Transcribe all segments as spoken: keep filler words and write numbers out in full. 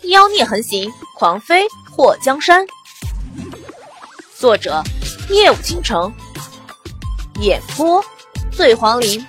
妖孽横行，狂妃祸江山。作者：夜舞倾城，演播：醉黄林。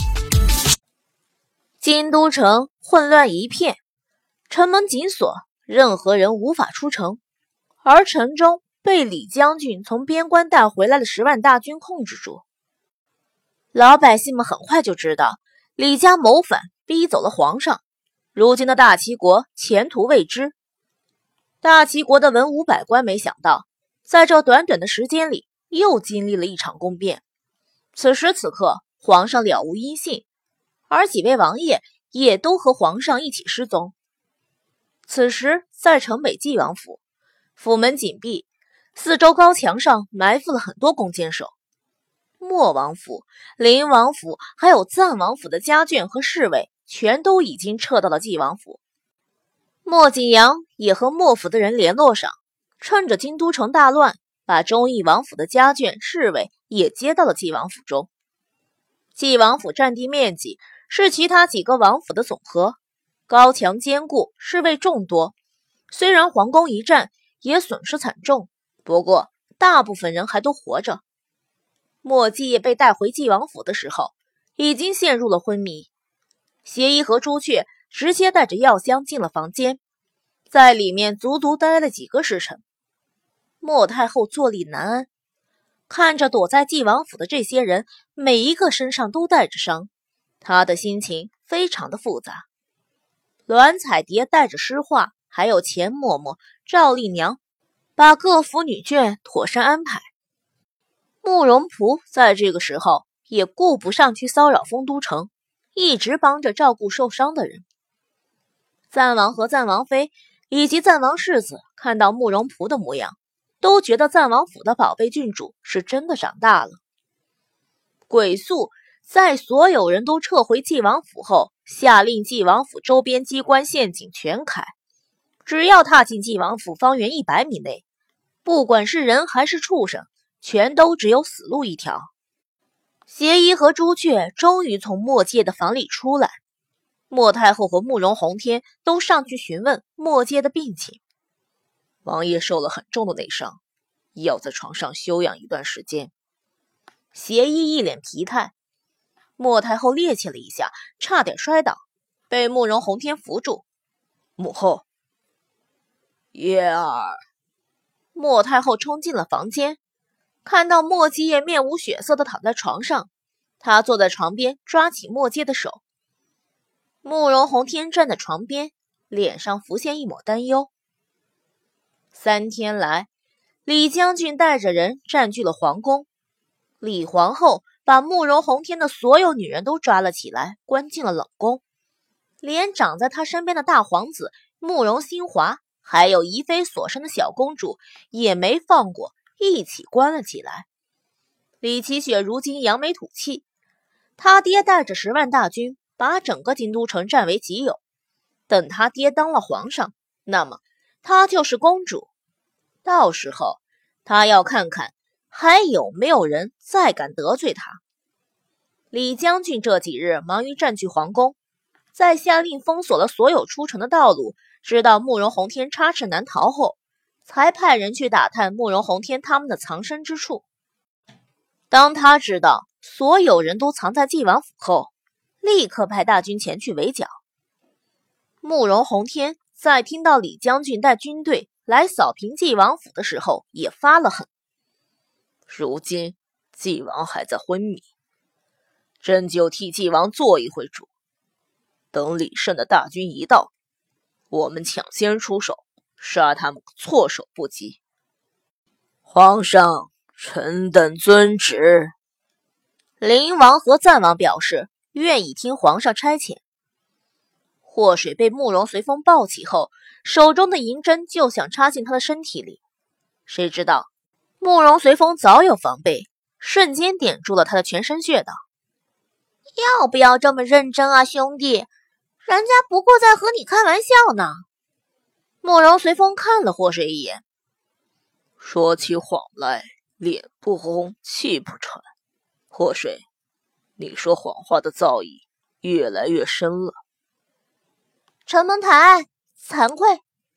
京都城混乱一片，城门紧锁，任何人无法出城。而城中被李将军从边关带回来的十万大军控制住。老百姓们很快就知道，李家谋反，逼走了皇上。如今的大齐国前途未知。大齐国的文武百官没想到，在这短短的时间里，又经历了一场宫变。此时此刻，皇上了无音信，而几位王爷也都和皇上一起失踪。此时，在城北纪王府，府门紧闭，四周高墙上埋伏了很多弓箭手。莫王府、林王府还有赞王府的家眷和侍卫全都已经撤到了纪王府。莫景阳也和莫府的人联络上，趁着京都城大乱，把忠义王府的家眷、侍卫也接到了纪王府中。纪王府占地面积是其他几个王府的总和，高墙坚固，侍卫众多。虽然皇宫一战也损失惨重，不过大部分人还都活着。莫季被带回纪王府的时候，已经陷入了昏迷。协议和朱雀直接带着药箱进了房间，在里面足足待了几个时辰。莫太后坐立难安，看着躲在纪王府的这些人，每一个身上都带着伤，她的心情非常的复杂。栾彩蝶带着诗画，还有钱嬷嬷、赵丽娘，把各府女眷妥善安排。慕容仆在这个时候也顾不上去骚扰丰都城，一直帮着照顾受伤的人。赞王和赞王妃以及赞王世子看到慕容仆的模样，都觉得赞王府的宝贝郡主是真的长大了。鬼宿在所有人都撤回纪王府后，下令纪王府周边机关陷阱全开，只要踏进纪王府方圆一百米内，不管是人还是畜生，全都只有死路一条。协议和朱雀终于从莫界的房里出来，莫太后和慕容宏天都上去询问莫界的病情。王爷受了很重的内伤，要在床上休养一段时间。协议一脸疲态，莫太后趔趄了一下，差点摔倒，被慕容宏天扶住。母后。叶儿。莫太后冲进了房间，看到莫继业面无血色的躺在床上，他坐在床边抓起莫介的手。慕容宏天站在床边，脸上浮现一抹担忧。三天来，李将军带着人占据了皇宫，李皇后把慕容宏天的所有女人都抓了起来，关进了冷宫，连长在他身边的大皇子慕容新华还有宜妃所生的小公主也没放过，一起关了起来。李奇雪如今扬眉吐气，他爹带着十万大军把整个京都城占为己有，等他爹当了皇上，那么他就是公主，到时候他要看看还有没有人再敢得罪他。李将军这几日忙于占据皇宫，在下令封锁了所有出城的道路，知道慕容宏天插翅难逃后，才派人去打探慕容宏天他们的藏身之处。当他知道所有人都藏在纪王府后，立刻派大军前去围剿。慕容宏天在听到李将军带军队来扫平纪王府的时候，也发了狠。如今纪王还在昏迷，朕就替纪王做一回主，等李胜的大军一到，我们抢先出手，杀他们措手不及。皇上，臣等遵旨。灵王和赞王表示愿意听皇上差遣。祸水被慕容随风抱起后，手中的银针就想插进他的身体里，谁知道慕容随风早有防备，瞬间点住了他的全身穴道。 要不要这么认真啊，兄弟？人家不过在和你开玩笑呢。 慕容随风看了祸水一眼， 说起谎来，脸不红，气不喘。祸水，你说谎话的造诣越来越深了。 承蒙抬爱，惭愧。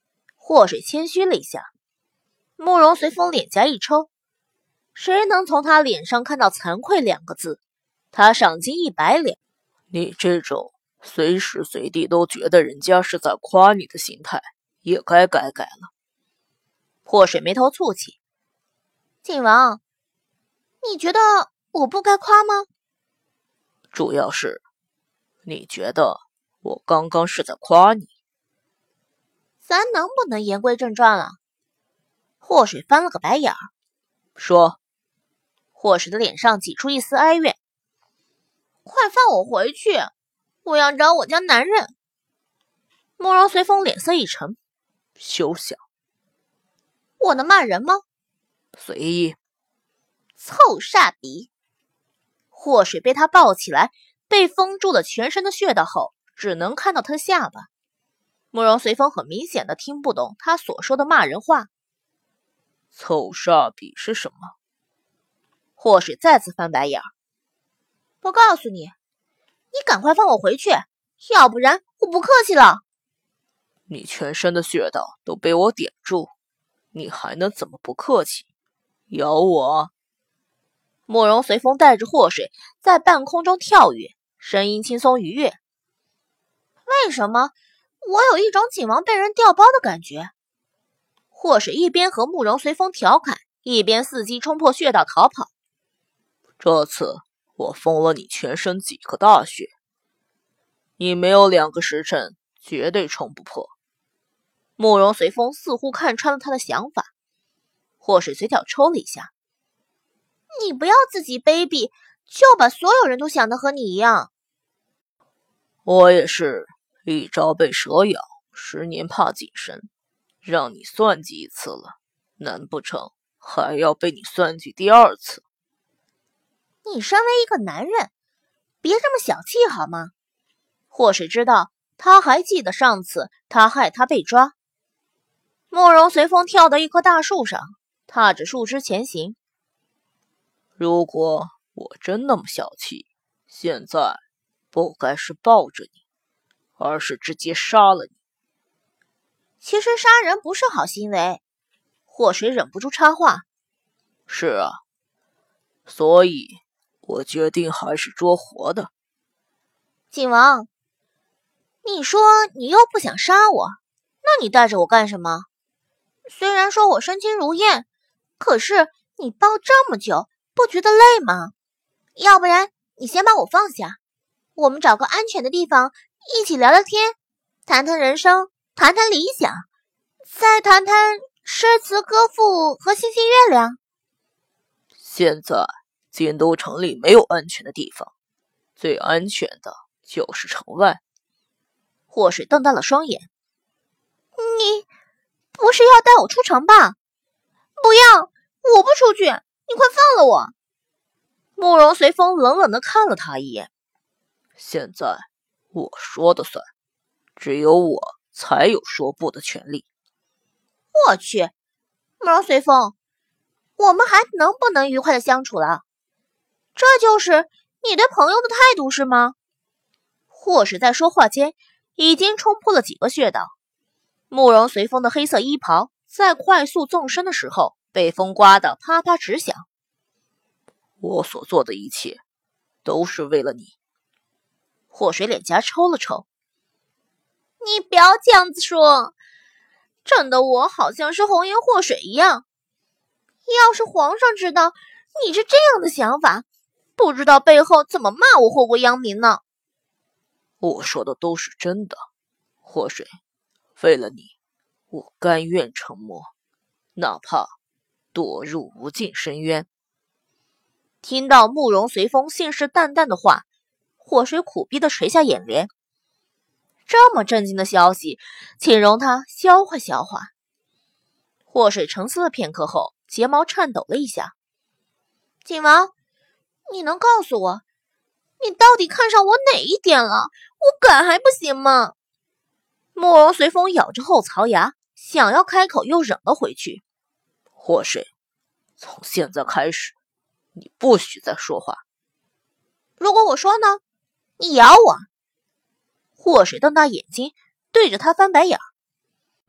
祸水谦虚了一下。慕容随风脸颊一抽，谁能从他脸上看到惭愧两个字？他赏金一百两。 你这种随时随地都觉得人家是在夸你的心态，也该改改了。 祸水眉头蹙起。 景王，你觉得我不该夸吗？ 主要是你觉得我刚刚是在夸你。 咱能不能言归正传了？ 祸水翻了个白眼儿， 说。 祸水的脸上挤出一丝哀怨。 快放我回去，我要找我家男人。 慕容随风脸色一沉， 休想。 我能骂人吗？ 随意。 臭煞鼻。 祸水被他抱起来，被封住了全身的穴道后，只能看到他的下巴。慕容随风很明显的听不懂他所说的骂人话。 臭煞笔是什么？ 祸水再次翻白眼儿。 我告诉你，你赶快放我回去，要不然我不客气了。 你全身的穴道都被我点住，你还能怎么不客气？咬我！ 慕容随风带着祸水在半空中跳跃，声音轻松愉悦。 为什么我有一种景王被人调包的感觉？ 祸水一边和慕容随风调侃，一边伺机冲破穴道逃跑。 这次我封了你全身几个大穴，你没有两个时辰绝对冲不破。 慕容随风似乎看穿了他的想法，祸水嘴角抽了一下。 你不要自己卑鄙，就把所有人都想得和你一样。 我也是一朝被蛇咬，十年怕井绳，让你算计一次了，难不成还要被你算计第二次？ 你身为一个男人，别这么小气好吗？ 祸水知道他还记得上次他害他被抓。慕容随风跳到一棵大树上，踏着树枝前行。 如果我真那么小气，现在不该是抱着你，而是直接杀了你。 其实杀人不是好行为。 祸水忍不住插话。 是啊，所以我决定还是捉活的。 景王，你说你又不想杀我，那你带着我干什么？虽然说我身轻如燕，可是你抱这么久，不觉得累吗？要不然你先把我放下，我们找个安全的地方一起聊聊天，谈谈人生，谈谈理想，再谈谈诗词歌赋和星星月亮。 现在京都城里没有安全的地方，最安全的就是城外。 祸水瞪大了双眼。 你不是要带我出城吧？不要，我不出去，你快放了我。 慕容随风冷冷地看了他一眼。 现在我说的算，只有我才有说不的权利。 我去，慕容随风，我们还能不能愉快的相处了？这就是你对朋友的态度是吗？ 祸水在说话间已经冲破了几个穴道。慕容随风的黑色衣袍在快速纵身的时候被风刮得啪啪直响。 我所做的一切都是为了你。 祸水脸颊抽了抽。 你不要这样子说，整得我好像是红颜祸水一样。要是皇上知道你是这样的想法，不知道背后怎么骂我祸国殃民呢。 我说的都是真的，祸水，为了你，我甘愿沉默，哪怕堕入无尽深渊。 听到慕容随风信誓旦旦的话，祸水苦逼地垂下眼帘。这么震惊的消息，请容他消化消化。祸水沉思了片刻后，睫毛颤抖了一下。 景王，你能告诉我，你到底看上我哪一点了？我敢还不行吗？ 慕容随风咬着后槽牙，想要开口又忍了回去。 祸水，从现在开始，你不许再说话。 如果我说呢？你咬我。 祸水瞪大眼睛，对着他翻白眼。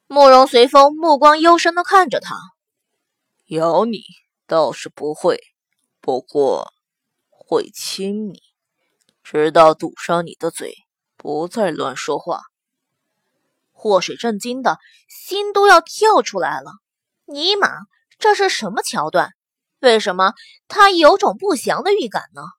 慕容随风目光幽深地看着他。 咬你倒是不会，不过会亲你，直到堵上你的嘴，不再乱说话。 祸水震惊的心都要跳出来了，尼玛，这是什么桥段？为什么他有种不祥的预感呢？